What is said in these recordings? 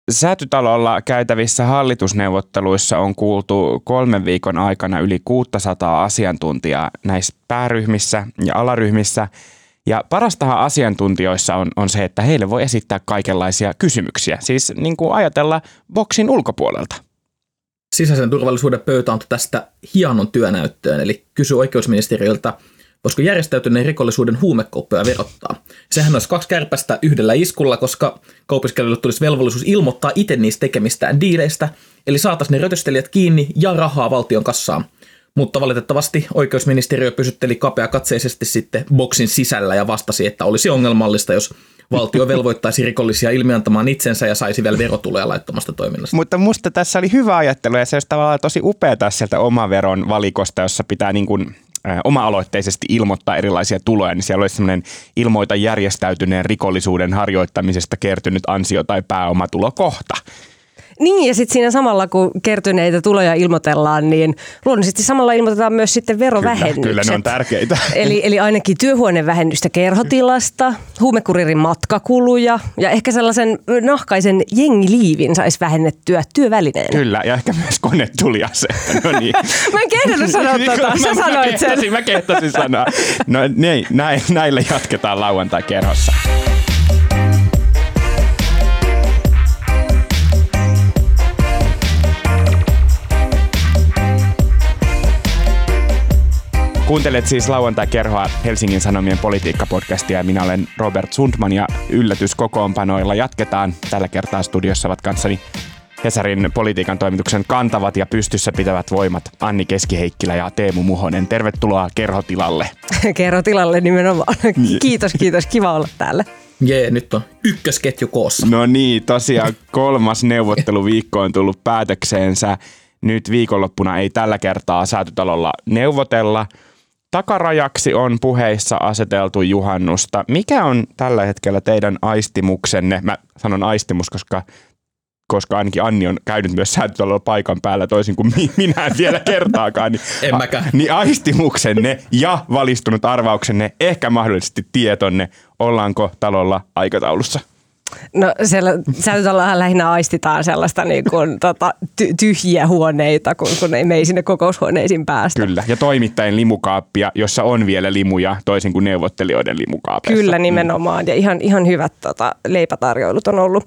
Säätytalolla käytävissä hallitusneuvotteluissa on kuultu 3 viikon aikana yli 600 asiantuntijaa näissä pääryhmissä ja alaryhmissä. Ja parastahan asiantuntijoissa on se, että heille voi esittää kaikenlaisia kysymyksiä, siis niin kuin ajatella boksin ulkopuolelta. Sisäisen turvallisuuden pöytä antoi tästä hienon työnäyttöön, eli kysyi oikeusministeriöltä, voisiko järjestäytyneen rikollisuuden huumekauppoja verottaa. Sehän olisi 2 kärpästä yhdellä iskulla, koska kaupiskelijoille tulisi velvollisuus ilmoittaa itse niistä tekemistään diileistä, eli saataisiin ne rötöstelijät kiinni ja rahaa valtion kassaan. Mutta valitettavasti oikeusministeriö pysytteli kapeakatseisesti sitten boksin sisällä ja vastasi, että olisi ongelmallista, jos valtio velvoittaisi rikollisia ilmiantamaan itsensä ja saisi vielä verotuloja laittomasta toiminnasta. Mutta musta tässä oli hyvä ajattelu ja se olisi tavallaan tosi upeata sieltä omaveron valikosta, jossa pitää niin kuin oma-aloitteisesti ilmoittaa erilaisia tuloja, niin siellä olisi sellainen ilmoita järjestäytyneen rikollisuuden harjoittamisesta kertynyt ansio- tai pääomatulokohta. Niin, ja sitten siinä samalla, kun kertyneitä tuloja ilmoitellaan, niin luonnollisesti samalla ilmoitetaan myös sitten verovähennykset. Kyllä ne on tärkeitä. Eli ainakin työhuonevähennystä kerhotilasta, huumekuririn matkakuluja ja ehkä sellaisen nahkaisen jengiliivin saisi vähennettyä työvälineen. Kyllä, ja ehkä myös konetuliaseetta. No niin. Mä en kehdannut sanoa sä sanoit sen. Mä kehtasin sanoa. No niin, näille jatketaan lauantai-kerhossa. Kuuntelet siis lauantai-kerhoa Helsingin Sanomien politiikkapodcastia ja minä olen Robert Sundman ja yllätyskokoonpanoilla jatketaan. Tällä kertaa studiossa ovat kanssani Hesarin politiikan toimituksen kantavat ja pystyssä pitävät voimat Anni Keskiheikkilä ja Teemu Muhonen. Tervetuloa kerhotilalle. Kerhotilalle nimenomaan. Kiitos. Kiva olla täällä. Jee, nyt on ykkösketju koossa. No niin, tosiaan 3. neuvotteluviikko on tullut päätökseensä. Nyt viikonloppuna ei tällä kertaa Säätytalolla neuvotella. Takarajaksi on puheissa aseteltu juhannusta. Mikä on tällä hetkellä teidän aistimuksenne? Mä sanon aistimus, koska ainakin Anni on käynyt myös Säätytalolla paikan päällä toisin kuin minä en vielä kertaakaan. En mäkään. Niin aistimuksenne ja valistunut arvauksenne, ehkä mahdollisesti tietonne, ollaanko talolla aikataulussa? No siellä Säätytalollahan lähinnä aistitaan sellaista niin kuin, tyhjiä huoneita, kun me ei sinne kokoushuoneisiin päästä. Kyllä, ja toimittajien limukaappia, jossa on vielä limuja toisin kuin neuvottelijoiden limukaapeissa. Kyllä, nimenomaan, ja ihan hyvät leipätarjoilut on ollut.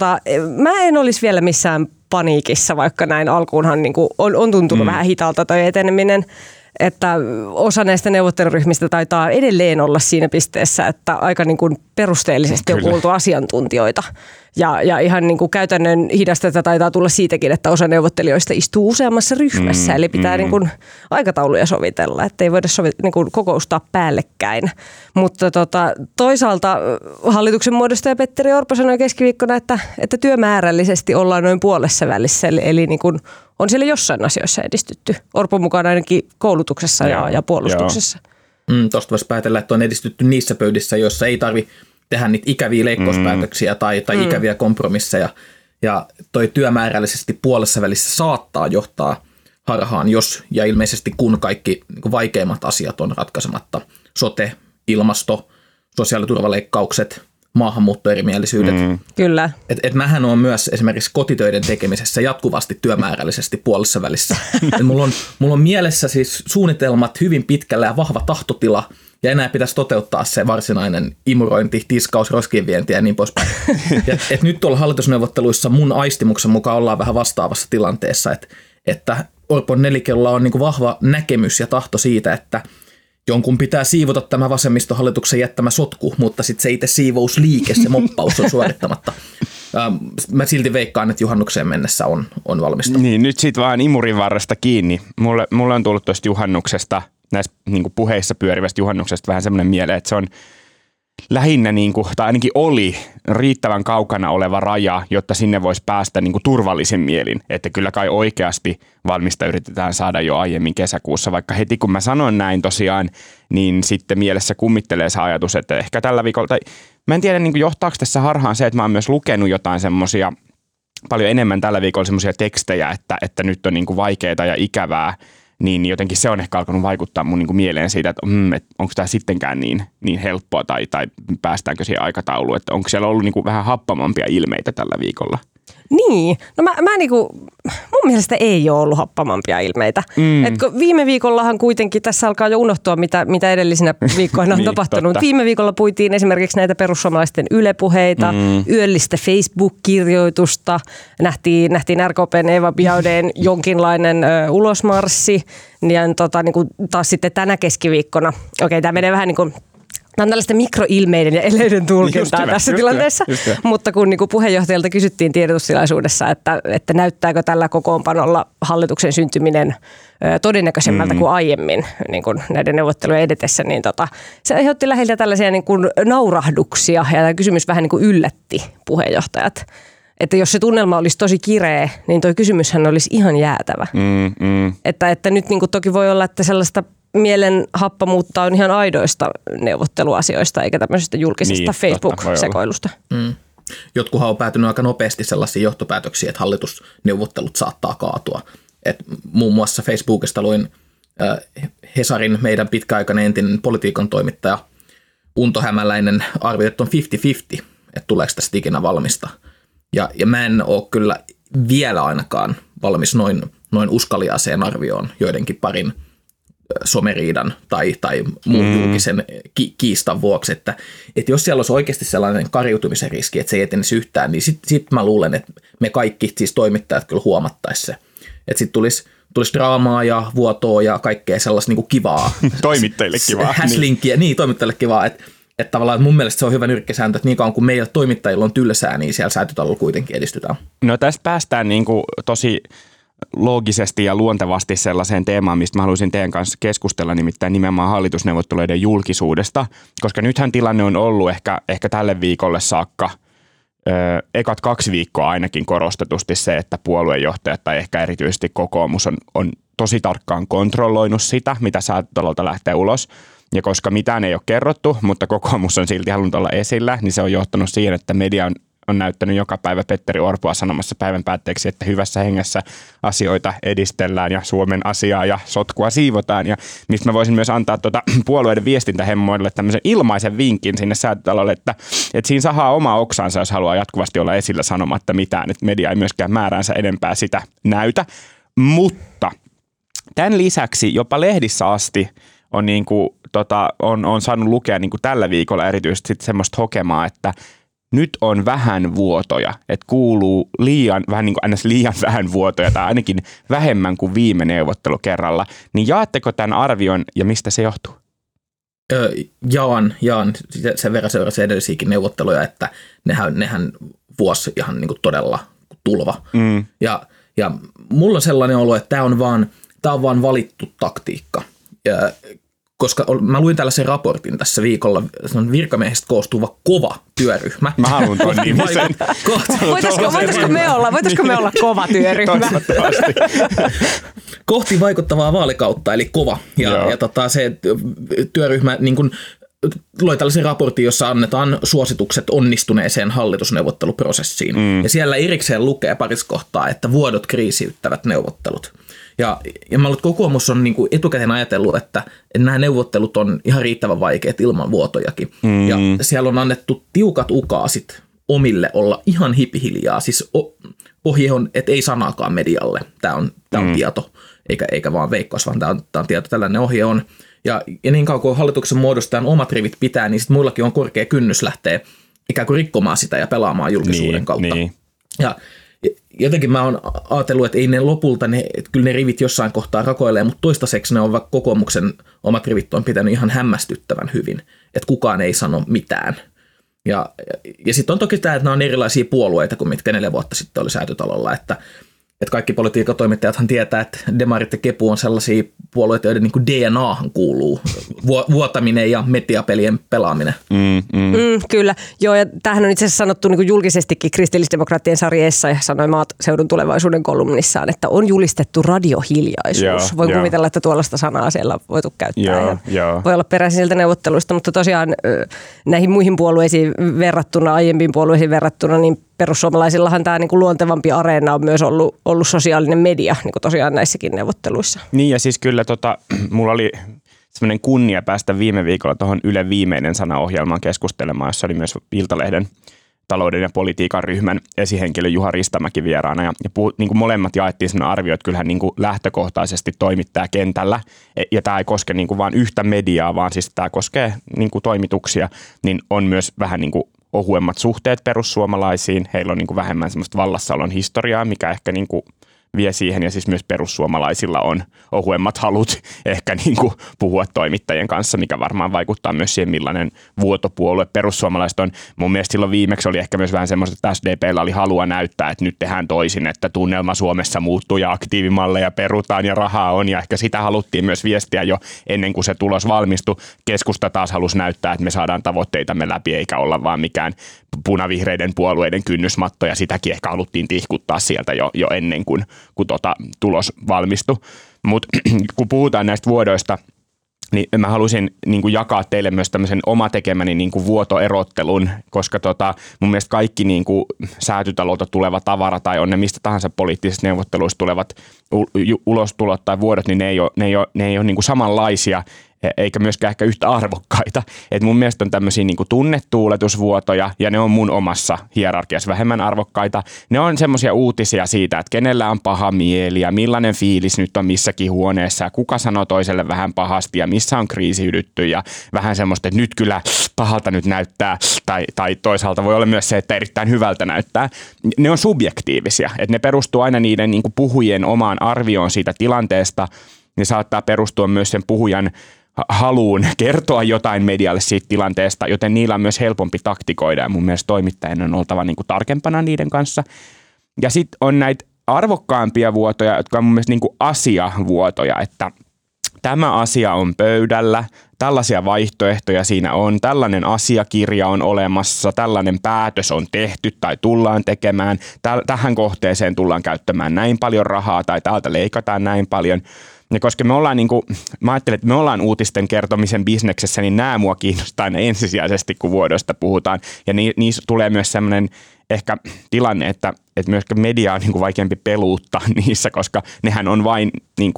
Mä en olisi vielä missään paniikissa, vaikka näin alkuunhan niin kuin on tuntunut vähän hitaalta toi eteneminen. Että osa näistä neuvotteluryhmistä taitaa edelleen olla siinä pisteessä, että aika niin kuin perusteellisesti on kuultu asiantuntijoita. Ja ihan niin kuin käytännön hidastetta taitaa tulla siitäkin, että osa neuvottelijoista istuu useammassa ryhmässä. Eli pitää niin kuin aikatauluja sovitella, että ei voida niin kuin kokoustaa päällekkäin. Mutta toisaalta hallituksen muodostaja Petteri Orpo sanoi keskiviikkona, että työmäärällisesti ollaan noin puolessa välissä. Eli niin kuin on siellä jossain asioissa edistytty. Orpon mukaan ainakin koulutuksessa ja puolustuksessa. Tuosta voisi päätellä, että on edistytty niissä pöydissä, joissa ei tarvitse tehdä niitä ikäviä leikkauspäätöksiä tai ikäviä kompromisseja. Ja toi työmäärällisesti puolessa välissä saattaa johtaa harhaan, jos ja ilmeisesti kun kaikki niin vaikeimmat asiat on ratkaisematta. Sote, ilmasto, sosiaaliturvaleikkaukset, maahanmuuttoerimielisyydet. Kyllä. Mähän on myös esimerkiksi kotitöiden tekemisessä jatkuvasti työmäärällisesti puolessa välissä. Mulla on mielessä siis suunnitelmat hyvin pitkällä ja vahva tahtotila, ja enää pitäisi toteuttaa se varsinainen imurointi, tiskaus, roskienvienti ja niin poispäin. Et nyt tuolla hallitusneuvotteluissa mun aistimuksen mukaan ollaan vähän vastaavassa tilanteessa, että Orpon nelikellä on niinku vahva näkemys ja tahto siitä, että jonkun pitää siivota tämä vasemmistohallituksen jättämä sotku, mutta sitten se itse siivousliike, se moppaus on suorittamatta. Mä silti veikkaan, että juhannukseen mennessä on valmista. Niin, nyt sitten vaan imurin varresta kiinni. Mulle on tullut tuosta juhannuksesta, näistä niin puheissa pyörivästä juhannuksesta vähän semmoinen mieleen, että se on lähinnä, tai ainakin oli riittävän kaukana oleva raja, jotta sinne voisi päästä turvallisin mielin. Että kyllä kai oikeasti valmista yritetään saada jo aiemmin kesäkuussa, vaikka heti kun mä sanon näin tosiaan, niin sitten mielessä kummittelee se ajatus, että ehkä tällä viikolla, tai mä en tiedä johtaako tässä harhaan se, että mä oon myös lukenut jotain semmoisia, paljon enemmän tällä viikolla semmoisia tekstejä, että nyt on vaikeaa ja ikävää, niin jotenkin se on ehkä alkanut vaikuttaa mun mieleen siitä, että onko tämä sittenkään niin helppoa tai päästäänkö siihen aikatauluun, että onko siellä ollut vähän happamampia ilmeitä tällä viikolla? Niin, no mä niinku, mun mielestä ei ole ollut happamampia ilmeitä. Et viime viikollahan kuitenkin tässä alkaa jo unohtua, mitä edellisinä viikkoina on tapahtunut. Totta. Viime viikolla puitiin esimerkiksi näitä perussuomalaisten Yle-puheita, yöllistä Facebook-kirjoitusta, nähtiin RKP:n Eva Biaudet'n jonkinlainen ulosmarssi, ja niinku taas sitten tänä keskiviikkona, okei, tämä menee vähän niin kuin nämä on tällaista mikroilmeiden ja eleiden tulkintaa tässä tilanteessa, mutta kun niin kuin puheenjohtajalta kysyttiin tiedotustilaisuudessa, että näyttääkö tällä kokoonpanolla hallituksen syntyminen todennäköisemmältä kuin aiemmin niin kuin näiden neuvottelujen edetessä, niin se aiheutti läheltä tällaisia niin kuin naurahduksia ja tämä kysymys vähän niin kuin yllätti puheenjohtajat. Että jos se tunnelma olisi tosi kireä, niin toi kysymyshän olisi ihan jäätävä. Että nyt niin kuin toki voi olla, että sellaista mielen happamuutta on ihan aidoista neuvotteluasioista eikä tämmöisestä julkisesta Facebook-sekoilusta. Jotkuhan on päätynyt aika nopeasti sellaisiin johtopäätöksiin, että hallitusneuvottelut saattaa kaatua. Et muun muassa Facebookista luin Hesarin meidän pitkäaikainen entinen politiikan toimittaja Unto Hämäläinen arvioi, että on 50-50, että tuleeko tästä ikinä valmista. Ja mä en ole kyllä vielä ainakaan valmis noin uskaliaaseen arvioon joidenkin parin someriidan tai muun julkisen kiistan vuoksi, että jos siellä olisi oikeasti sellainen kariutumisen riski, että se ei etenisi yhtään, niin sit mä luulen, että me kaikki, siis toimittajat kyllä huomattaisi se. Että sitten tulisi draamaa ja vuotoa ja kaikkea sellaista niinku kivaa. Toimittajille kivaa. Häslinkkiä, niin tavallaan, että tavallaan mun mielestä se on hyvä nyrkkisääntö, että niin kauan kuin meillä toimittajilla on tylsää, niin siellä Säätytalolla kuitenkin edistytään. No tästä päästään niinku tosi loogisesti ja luontevasti sellaiseen teemaan, mistä mä haluaisin teidän kanssa keskustella, nimittäin nimenomaan hallitusneuvotteluiden julkisuudesta, koska nythän tilanne on ollut ehkä tälle viikolle saakka ekat 2 viikkoa ainakin korostetusti se, että puoluejohtajat tai ehkä erityisesti kokoomus on tosi tarkkaan kontrolloinut sitä, mitä Säätytalolta lähtee ulos. Ja koska mitään ei ole kerrottu, mutta kokoomus on silti halunnut olla esillä, niin se on johtanut siihen, että media on näyttänyt joka päivä Petteri Orpoa sanomassa päivän päätteeksi, että hyvässä hengessä asioita edistellään ja Suomen asiaa ja sotkua siivotaan. Ja mistä mä voisin myös antaa puolueiden viestintähemmoille tämmöisen ilmaisen vinkin sinne Säätytalolle, että siinä sahaa oma oksansa, jos haluaa jatkuvasti olla esillä sanomatta mitään. Että media ei myöskään määräänsä enempää sitä näytä. Mutta tämän lisäksi jopa lehdissä asti on, on saanut lukea niin kuin tällä viikolla erityisesti semmoista hokemaa, että nyt on vähän vuotoja, että kuuluu liian vähän vuotoja tai ainakin vähemmän kuin viime neuvottelukerralla. Niin jaatteko tämän arvion ja mistä se johtuu? Jaan. Sen verran seurasi edellisiäkin neuvotteluja, että nehän vuosi ihan niin kuin todella tulva. Ja mulla on sellainen olo, että tämä on vaan valittu taktiikka. Koska mä luin tällaisen raportin tässä viikolla, se on virkamiehistä koostuva kova työryhmä. Mä haluan ton nimisen. Voitaisko me olla kova työryhmä? Kohti vaikuttavaa vaalikautta, eli kova. Ja se työryhmä niin kun loi tällaisen raportin, jossa annetaan suositukset onnistuneeseen hallitusneuvotteluprosessiin. Ja siellä erikseen lukee parissa kohtaa, että vuodot kriisiyttävät neuvottelut. Ja mä luulen, että kokoomus on niin kuin etukäteen ajatellut, että nämä neuvottelut on ihan riittävän vaikeat ilman vuotojakin. Ja siellä on annettu tiukat ukaasit omille olla ihan hipihiljaa. Siis ohje on, että ei sanaakaan medialle. Tämä on tieto, eikä vaan veikkaus, vaan tämä on tieto. Tällainen ohje on. Ja niin kauan kuin hallituksen muodostetaan omat rivit pitää, niin sitten muillakin on korkea kynnys lähteä ikään kuin rikkomaan sitä ja pelaamaan julkisuuden kautta. Ja jotenkin mä oon ajatellut, että ei ne lopulta, että kyllä ne rivit jossain kohtaa rakoilee, mutta toistaiseksi ne on vaikka kokoomuksen omat rivit on pitänyt ihan hämmästyttävän hyvin, että kukaan ei sano mitään. Ja sitten on toki tämä, että nämä on erilaisia puolueita kuin mitkä 4 vuotta sitten oli Säätytalolla, että kaikki politiikatoimittajathan tietää, että demarit ja kepu on sellaisia puolueita, joiden niin kuin DNAhan kuuluu vuotaminen ja mediapelien pelaaminen. Kyllä. Joo, ja tämähän on itse asiassa sanottu niin kuin julkisestikin kristillisdemokraattien Sari Essayah sanoi Maaseudun tulevaisuuden kolumnissaan, että on julistettu radiohiljaisuus. Voi kuvitella, että tuollaista sanaa siellä on voitu käyttää. Voi olla peräisin sieltä neuvotteluista, mutta tosiaan näihin muihin puolueisiin verrattuna, aiempiin puolueisiin verrattuna, niin perussuomalaisillahan tämä niin kuin luontevampi areena on myös ollut sosiaalinen media niin kuin tosiaan näissäkin neuvotteluissa. Niin ja siis kyllä mulla oli semmoinen kunnia päästä viime viikolla tuohon Yle viimeinen sana -ohjelmaan keskustelemaan, jossa oli myös Iltalehden talouden ja politiikan ryhmän esihenkilö Juha Ristamäki vieraana. Ja niin kuin molemmat jaettiin sellainen arvio, että kyllähän niin kuin lähtökohtaisesti toimittaja kentällä, ja tämä ei koske niin kuin vain yhtä mediaa, vaan siis tämä koskee niin kuin toimituksia, niin on myös vähän niin kuin ohuemmat suhteet perussuomalaisiin. Heillä on niin kuin vähemmän semmoista vallassaolon historiaa, mikä ehkä niin kuin vie siihen, ja siis myös perussuomalaisilla on ohuemmat halut ehkä niin kuin puhua toimittajien kanssa, mikä varmaan vaikuttaa myös siihen, millainen vuotopuolue perussuomalaiset on. Mun mielestä silloin viimeksi oli ehkä myös vähän semmoista, että SDP:llä oli halua näyttää, että nyt tehdään toisin, että tunnelma Suomessa muuttuu ja aktiivimalleja perutaan ja rahaa on, ja ehkä sitä haluttiin myös viestiä jo ennen kuin se tulos valmistui. Keskusta taas halusi näyttää, että me saadaan tavoitteitamme läpi, eikä olla vaan mikään punavihreiden puolueiden kynnysmatto, ja sitäkin ehkä haluttiin tihkuttaa sieltä jo ennen kuin tulos valmistui. Mutta kun puhutaan näistä vuodoista, niin mä halusin niin kuin jakaa teille myös tämmöisen oma tekemäni niin kuin vuotoerottelun, koska mun mielestä kaikki niin kuin Säätytalolta tuleva tavara tai on ne mistä tahansa poliittisista neuvotteluista tulevat ulostulot tai vuodot, niin ne ei ole niin kuin samanlaisia eikä myöskään ehkä yhtä arvokkaita. Et mun mielestä on tämmöisiä niin kuin tunnetuuletusvuotoja, ja ne on mun omassa hierarkiassa vähemmän arvokkaita. Ne on semmoisia uutisia siitä, että kenellä on paha mieli ja millainen fiilis nyt on missäkin huoneessa ja kuka sanoo toiselle vähän pahasti ja missä on kriisi ydytty ja vähän semmoista, että nyt kyllä pahalta nyt näyttää tai toisaalta voi olla myös se, että erittäin hyvältä näyttää. Ne on subjektiivisia, että ne perustuu aina niiden niin kuin puhujien omaan arvioon siitä tilanteesta. Ne saattaa perustua myös sen puhujan haluun kertoa jotain medialle siitä tilanteesta, joten niillä on myös helpompi taktikoida, ja mun mielestä toimittajien on oltava niin kuin tarkempana niiden kanssa. Ja sitten on näitä arvokkaampia vuotoja, jotka on mun mielestä niin kuin asiavuotoja, että tämä asia on pöydällä, tällaisia vaihtoehtoja siinä on, tällainen asiakirja on olemassa, tällainen päätös on tehty tai tullaan tekemään, tähän kohteeseen tullaan käyttämään näin paljon rahaa tai täältä leikataan näin paljon. Ja koska me ollaan mä ajattelen, että me ollaan uutisten kertomisen bisneksessä, niin nämä mua kiinnostaa aina ensisijaisesti, kun vuodoista puhutaan. Ja niissä tulee myös sellainen ehkä tilanne, että myöskään media on vaikeampi peluuttaa niissä, koska nehän on vain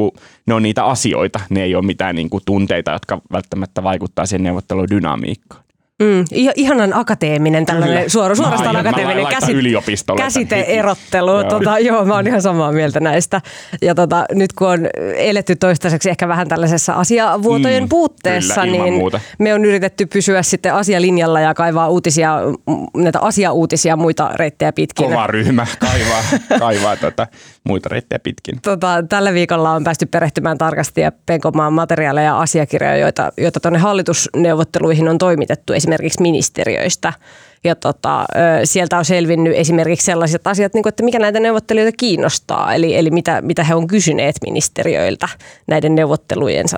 ne on niitä asioita. Ne ei ole mitään tunteita, jotka välttämättä vaikuttaa siihen neuvottelun dynamiikkaan. Ihanan akateeminen tällainen suorastaan akateeminen käsite-erottelu. Joo, mä oon ihan samaa mieltä näistä. Ja nyt kun on eletty toistaiseksi ehkä vähän tällaisessa asiavuotojen puutteessa, kyllä, niin muuta. Me on yritetty pysyä sitten asialinjalla ja kaivaa näitä asiauutisia muita reittejä pitkin. Kova ryhmä kaivaa muita reittejä pitkin. Tällä viikolla on päästy perehtymään tarkasti ja penkomaan materiaaleja ja asiakirjoja, joita tuonne hallitusneuvotteluihin on toimitettu esimerkiksi ministeriöistä. Ja sieltä on selvinnyt esimerkiksi sellaiset asiat, että mikä näitä neuvottelijoita kiinnostaa, eli mitä he on kysyneet ministeriöiltä näiden neuvottelujensa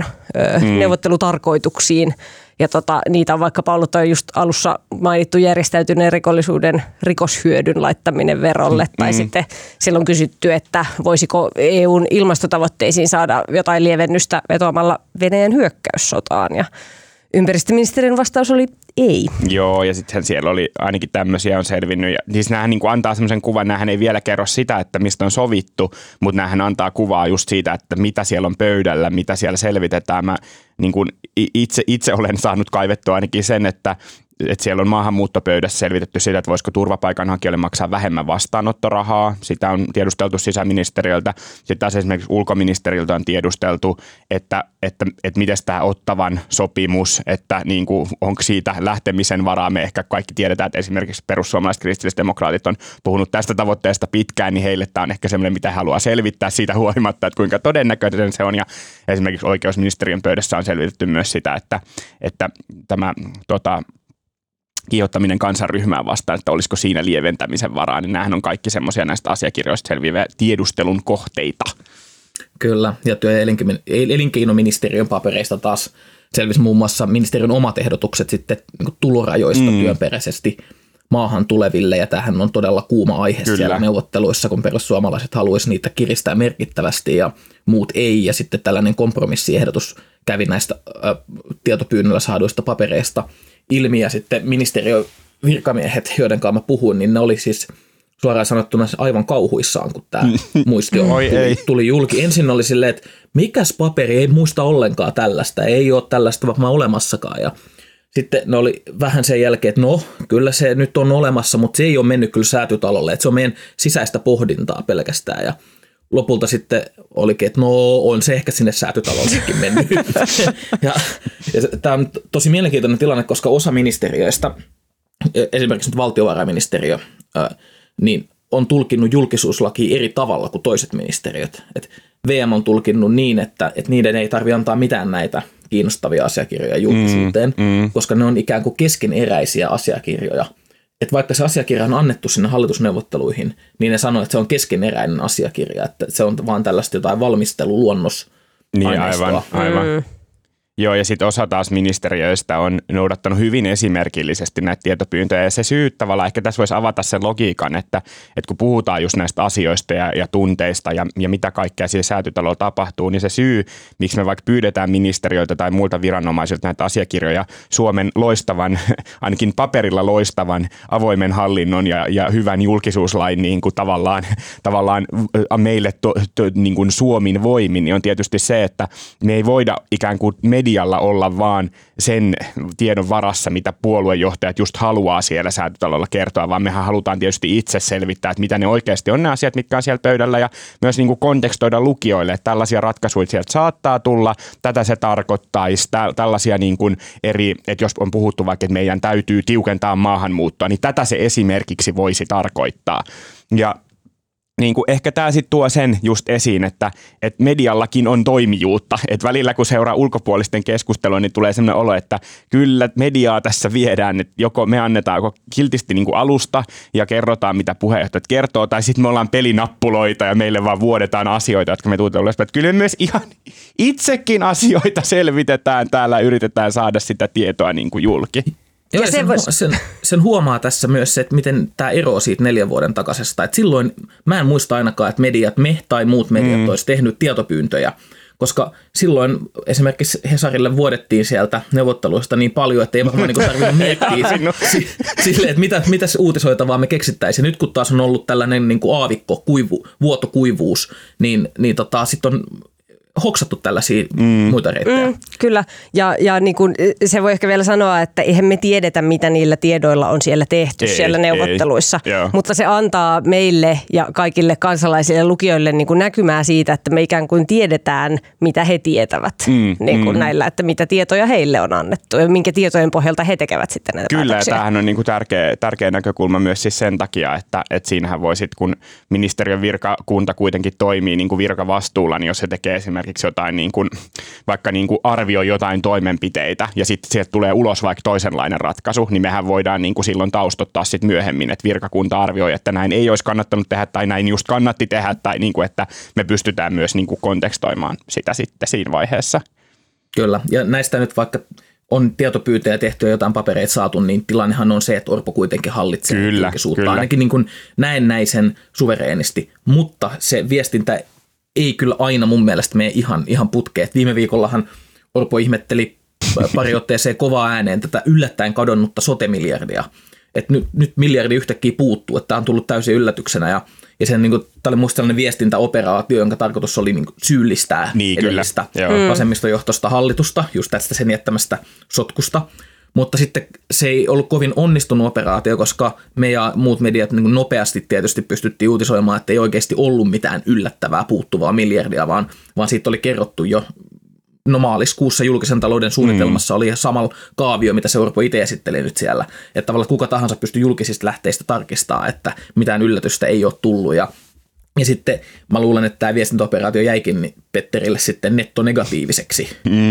neuvottelutarkoituksiin. Ja niitä on vaikkapa ollut just alussa mainittu järjestäytyneen rikollisuuden rikoshyödyn laittaminen verolle. Tai sitten silloin on kysytty, että voisiko EUn ilmastotavoitteisiin saada jotain lievennystä vetoamalla Venäjän hyökkäyssotaan. Ja ympäristöministeriön vastaus oli ei. Joo, ja sitten siellä oli ainakin tämmöisiä on selvinnyt. Ja siis näähän antaa semmoisen kuvan, näähän ei vielä kerro sitä, että mistä on sovittu, mutta näähän antaa kuvaa just siitä, että mitä siellä on pöydällä, mitä siellä selvitetään. Mä itse olen saanut kaivettua ainakin sen, että siellä on maahanmuuttopöydässä selvitetty sitä, että voisiko turvapaikanhakijoille maksaa vähemmän vastaanottorahaa. Sitä on tiedusteltu sisäministeriöltä. Sitten taas esimerkiksi ulkoministeriltä on tiedusteltu, että miten tämä Ottawan sopimus, että onko siitä lähtemisen varaa. Me ehkä kaikki tiedetään, että esimerkiksi perussuomalaiset kristillisdemokraatit on puhunut tästä tavoitteesta pitkään, niin heille tämä on ehkä semmoinen, mitä he haluaa selvittää siitä huolimatta, että kuinka todennäköinen se on. Ja esimerkiksi oikeusministeriön pöydässä on selvitetty myös sitä, että tämä kiihottaminen kansanryhmää vastaan, että olisiko siinä lieventämisen varaa, niin nämähän on kaikki semmoisia näistä asiakirjoista selviäviä tiedustelun kohteita. Kyllä, ja työ- ja elinkeinoministeriön papereista taas selvisi muun muassa ministeriön omat ehdotukset sitten tulorajoista työperäisesti maahan tuleville, ja tämähän on todella kuuma aihe siellä neuvotteluissa, kun perussuomalaiset haluaisi niitä kiristää merkittävästi ja muut ei, ja sitten tällainen kompromissiehdotus kävi näistä tietopyynnöllä saaduista papereista ilmi, ja sitten ministeriön virkamiehet, joiden kanssa mä puhuin, niin ne oli siis suoraan sanottuna aivan kauhuissaan, kun tämä muistio tuli julki. Ensin oli silleen, että mikäs paperi, ei muista ollenkaan tällaista, ei ole tällaista varmaan olemassakaan, ja sitten ne oli vähän sen jälkeen, että no, kyllä se nyt on olemassa, mutta se ei ole mennyt kyllä Säätytalolle, että se on meidän sisäistä pohdintaa pelkästään. Ja lopulta sitten olikin, että no, on se ehkä sinne Säätytalollekin mennyt. ja tämä on tosi mielenkiintoinen tilanne, koska osa ministeriöistä, esimerkiksi nyt valtiovarainministeriö, niin on tulkinnut julkisuuslakia eri tavalla kuin toiset ministeriöt. Et VM on tulkinnut niin, että niiden ei tarvitse antaa mitään näitä kiinnostavia asiakirjoja julkisuuteen, koska ne on ikään kuin keskeneräisiä asiakirjoja. Että vaikka se asiakirja on annettu sinne hallitusneuvotteluihin, niin ne sanoo, että se on keskeneräinen asiakirja, että se on vaan tällaista jotain valmisteluluonnos. Niin, aivan. Joo, ja sitten osa taas ministeriöistä on noudattanut hyvin esimerkillisesti näitä tietopyyntöjä, ja se syy tavallaan, ehkä tässä voisi avata sen logiikan, että kun puhutaan just näistä asioista ja tunteista ja mitä kaikkea siellä Säätytalolla tapahtuu, niin se syy, miksi me vaikka pyydetään ministeriöiltä tai muilta viranomaisilta näitä asiakirjoja Suomen loistavan, ainakin paperilla loistavan avoimen hallinnon ja hyvän julkisuuslain niin kuin tavallaan meille niin kuin Suomin voimin, niin on tietysti se, että me ei voida ikään kuin medialla olla vaan sen tiedon varassa, mitä puoluejohtajat just haluaa siellä Säätytalolla kertoa, vaan mehän halutaan tietysti itse selvittää, että mitä ne oikeasti on ne asiat, mitkä on siellä pöydällä, ja myös niin kuin kontekstoida lukijoille, että tällaisia ratkaisuja sieltä saattaa tulla, tätä se tarkoittaisi, tällaisia niin kuin eri, että jos on puhuttu vaikka, että meidän täytyy tiukentaa maahanmuuttoa, niin tätä se esimerkiksi voisi tarkoittaa. Ja niin kuin ehkä tämä sitten tuo sen just esiin, että mediallakin on toimijuutta. Että välillä kun seuraa ulkopuolisten keskustelua, niin tulee sellainen olo, että kyllä mediaa tässä viedään, että joko me annetaan kiltisti niin kuin alusta ja kerrotaan, mitä puheenjohtajat kertoo, tai sitten me ollaan pelinappuloita ja meille vaan vuodetaan asioita, jotka me tuutellaan. Että kyllä myös ihan itsekin asioita selvitetään täällä, yritetään saada sitä tietoa niin kuin julki. Joo, sen huomaa tässä myös se, että miten tämä eroaa siitä 4 vuoden takaisesta. Et silloin mä en muista ainakaan, että me tai muut mediat olisi tehnyt tietopyyntöjä, koska silloin esimerkiksi Hesarille vuodettiin sieltä neuvotteluista niin paljon, että ei varmaan niin tarvinnut miettiä silleen, että mitä uutisoitavaa me keksittäisiin. Nyt kun taas on ollut tällainen niin kuin aavikko, vuotokuivuus, niin sitten on hoksattu tällaisia muita reittejä. Kyllä, ja niin kuin se voi ehkä vielä sanoa, että eihän me tiedetä, mitä niillä tiedoilla on siellä tehty siellä neuvotteluissa, mutta se antaa meille ja kaikille kansalaisille ja lukijoille niin kuin näkymää siitä, että me ikään kuin tiedetään, mitä he tietävät niin kuin näillä, että mitä tietoja heille on annettu ja minkä tietojen pohjalta he tekevät sitten näitä Kyllä, päätöksiä. ja tämähän on niin kuin tärkeä näkökulma myös siis sen takia, että siinähän voi sitten, kun ministeriön virkakunta kuitenkin toimii niin kuin virkavastuulla, niin jos se tekee esimerkiksi jotain niin kuin, vaikka niin kuin arvioi jotain toimenpiteitä ja sitten sieltä tulee ulos vaikka toisenlainen ratkaisu, niin mehän voidaan niin kuin silloin taustottaa sitten myöhemmin, että virkakunta arvioi, että näin ei olisi kannattanut tehdä tai näin just kannatti tehdä tai niin kuin, että me pystytään myös niin kuin kontekstoimaan sitä sitten siinä vaiheessa. Kyllä, ja näistä nyt vaikka on tietopyyntöjä tehty ja jotain papereita saatu, niin tilannehan on se, että Orpo kuitenkin hallitsee julkisuutta, ainakin niin kuin näennäisen suvereenisti, mutta se viestintä ei kyllä aina mun mielestä mene ihan putkeen. Viime viikollahan Orpo ihmetteli pari otteeseen kovaa ääneen tätä yllättäen kadonnutta sote-miljardia. Että nyt miljardi yhtäkkiä puuttuu, että tämä on tullut täysin yllätyksenä. Ja sen, niin kuin, tämä oli musta sellainen viestintäoperaatio, jonka tarkoitus oli niin kuin syyllistää edellistä vasemmistojohtoista hallitusta, just tästä sen jättämästä sotkusta. Mutta sitten se ei ollut kovin onnistunut operaatio, koska me ja muut mediat niin nopeasti tietysti pystyttiin uutisoimaan, että ei oikeasti ollut mitään yllättävää puuttuvaa miljardia, vaan siitä oli kerrottu jo maaliskuussa julkisen talouden suunnitelmassa oli samalla kaavio, mitä se Orpo itse esitteli nyt siellä. Että tavallaan kuka tahansa pystyy julkisista lähteistä tarkistamaan, että mitään yllätystä ei ole tullut. Ja sitten mä luulen, että tämä viestintäoperaatio jäikin Petterille sitten nettonegatiiviseksi.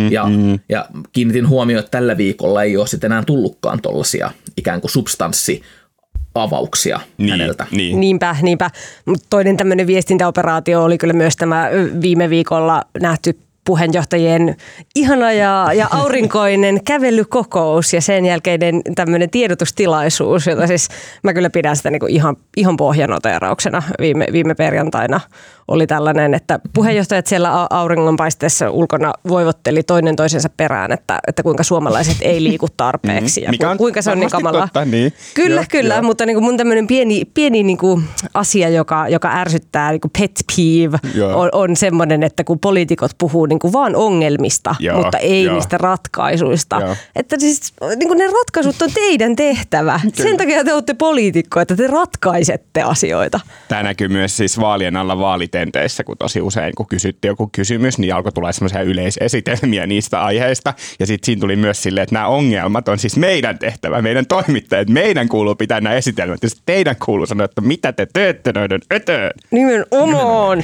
Ja kiinnitin huomioon, että tällä viikolla ei ole sitten enää tullutkaan tuollaisia ikään kuin substanssiavauksia häneltä. Niinpä. Toinen tämmöinen viestintäoperaatio oli kyllä myös tämä viime viikolla nähty puheenjohtajien ihana ja aurinkoinen kävelykokous ja sen jälkeinen tämmöinen tiedotustilaisuus, jota siis mä kyllä pidän sitä niinku ihan pohjanoteerauksena viime perjantaina oli tällainen, että puheenjohtajat siellä auringonpaisteessa ulkona voivotteli toinen toisensa perään, että kuinka suomalaiset ei liiku tarpeeksi ja kuinka se on niin kamalaa. Niin. Kyllä, mutta niin kuin mun tämmöinen pieni niin kuin asia, joka ärsyttää, niin kuin pet peeve, on semmoinen, että kun poliitikot puhuu niin niin kuin vaan ongelmista, mutta ei niistä ratkaisuista. Joo. Että siis niin kuin ne ratkaisut on teidän tehtävä. Kyllä. Sen takia te olette poliitikkoja, että te ratkaisette asioita. Tämä näkyy myös siis vaalien alla vaalitenteissä, kun tosi usein kun kysyttiin joku kysymys, niin alkoi tulla semmoisia yleisesitelmiä niistä aiheista. Ja sitten siinä tuli myös silleen, että nämä ongelmat on siis meidän tehtävä, meidän toimittajat, meidän kuuluu pitää nämä esitelmät. Ja teidän kuuluu sanoa, että mitä te teette noiden eteen. Nimenomaan.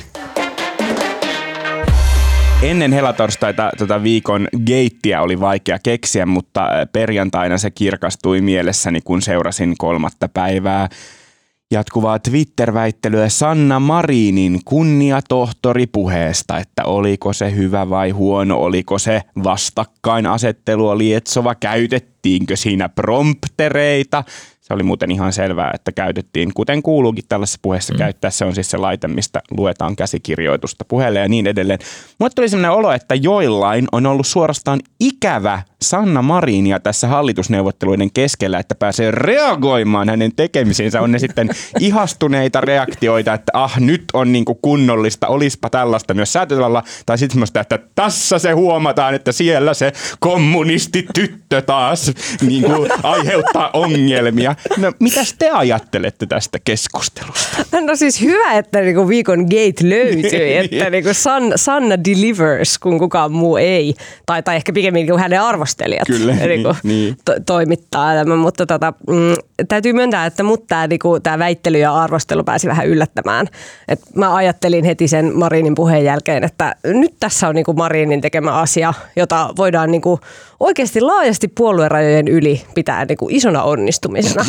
Ennen helatorstaita viikon geittiä oli vaikea keksiä, mutta perjantaina se kirkastui mielessäni, kun seurasin 3. päivää jatkuvaa Twitter-väittelyä Sanna Marinin kunniatohtoripuheesta, että oliko se hyvä vai huono, oliko se vastakkainasettelua lietsova, käytettiinkö siinä promptereita. Se oli muuten ihan selvää, että käytettiin, kuten kuuluukin tällaisessa puheessa käyttää. Se on siis se laite, mistä luetaan käsikirjoitusta puheelle ja niin edelleen. Mulle tuli sellainen olo, että joillain on ollut suorastaan ikävä Sanna Marinia tässä hallitusneuvotteluiden keskellä, että pääsee reagoimaan hänen tekemisiinsä. On ne sitten ihastuneita reaktioita, että nyt on niinku kunnollista, olispa tällaista myös Säätytalolla. Tai sitten semmoista, että tässä se huomataan, että siellä se kommunistityttö taas niinku aiheuttaa ongelmia. No, mitäs te ajattelette tästä keskustelusta? No siis hyvä, että niinku viikon gate löytyi, että niinku Sanna delivers, kun kukaan muu ei. Tai ehkä pikemmin kuin hänen arvostelijat niin. Toimittaa tämän. Mutta täytyy myöntää, että mut tämä väittely ja arvostelu pääsi vähän yllättämään. Et mä ajattelin heti sen Marinin puheen jälkeen, että nyt tässä on niinku Marinin tekemä asia, jota voidaan niinku oikeasti laajasti puoluerajojen yli pitää niinku isona onnistumisena.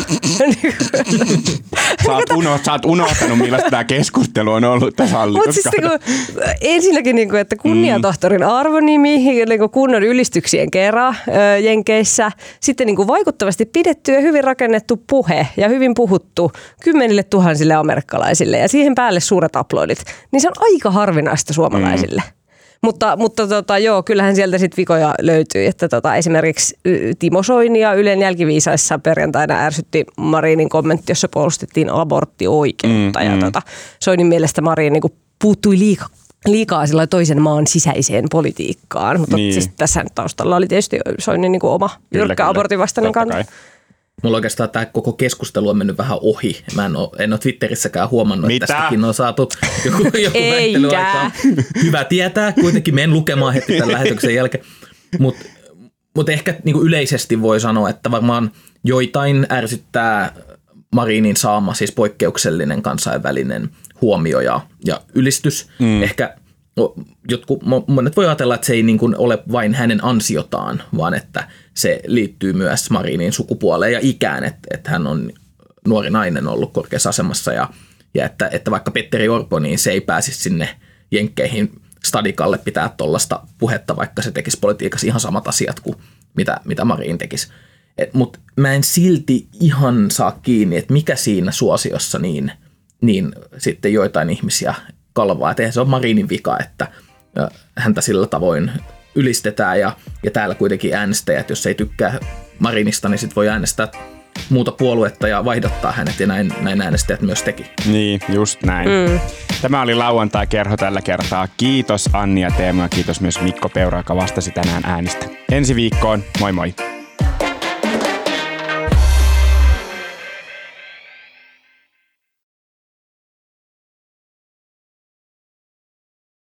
Sä oot unohtanut, millaista tämä keskustelu on ollut tässä hallituskaudessa. Mutta siis ensinnäkin, että kunniatohtorin arvonimi kunnon ylistyksien kera Jenkeissä, sitten vaikuttavasti pidetty ja hyvin rakennettu puhe ja hyvin puhuttu 10 000 amerikkalaisille ja siihen päälle suuret aplodit, niin se on aika harvinaista suomalaisille. Mutta joo, kyllähän sieltä sitten vikoja löytyy, että esimerkiksi Timo Soinia Ylen jälkiviisaissa perjantaina ärsytti Marinin kommentti, jossa puolustettiin aborttioikeutta. Ja Soinin mielestä Marin puuttui liikaa toisen maan sisäiseen politiikkaan, mutta siis tässä taustalla oli tietysti Soinin oma jyrkkä abortin vastainen kanta. Mulla oikeastaan tämä koko keskustelu on mennyt vähän ohi. En ole Twitterissäkään huomannut, että tästäkin on saatu joku väittelyaikaa. Hyvä tietää. Kuitenkin menen lukemaan heti tämän lähetyksen jälkeen. Mutta ehkä yleisesti voi sanoa, että varmaan joitain ärsyttää Marinin saama siis poikkeuksellinen kansainvälinen huomio ja ylistys. Ehkä monet voi ajatella, että se ei ole vain hänen ansiotaan, vaan että se liittyy myös Marinin sukupuoleen ja ikään, että hän on nuori nainen ollut korkeassa asemassa ja että vaikka Petteri Orpo, niin se ei pääsisi sinne Jenkkeihin stadikalle pitää tuollaista puhetta, vaikka se tekisi politiikassa ihan samat asiat kuin mitä Marin tekisi. Mutta mä en silti ihan saa kiinni, että mikä siinä suosiossa niin sitten joitain ihmisiä kalvaa. Että eihän se ole Marinin vika, että häntä sillä tavoin ylistetään ja täällä kuitenkin äänestäjät, jos ei tykkää Marinista, niin sitten voi äänestää muuta puoluetta ja vaihdottaa hänet ja näin äänestäjät myös teki. Niin, just näin. Tämä oli lauantai-kerho tällä kertaa. Kiitos Anni ja Teemu ja kiitos myös Mikko Peura, joka vastasi tänään äänistä. Ensi viikkoon, moi moi!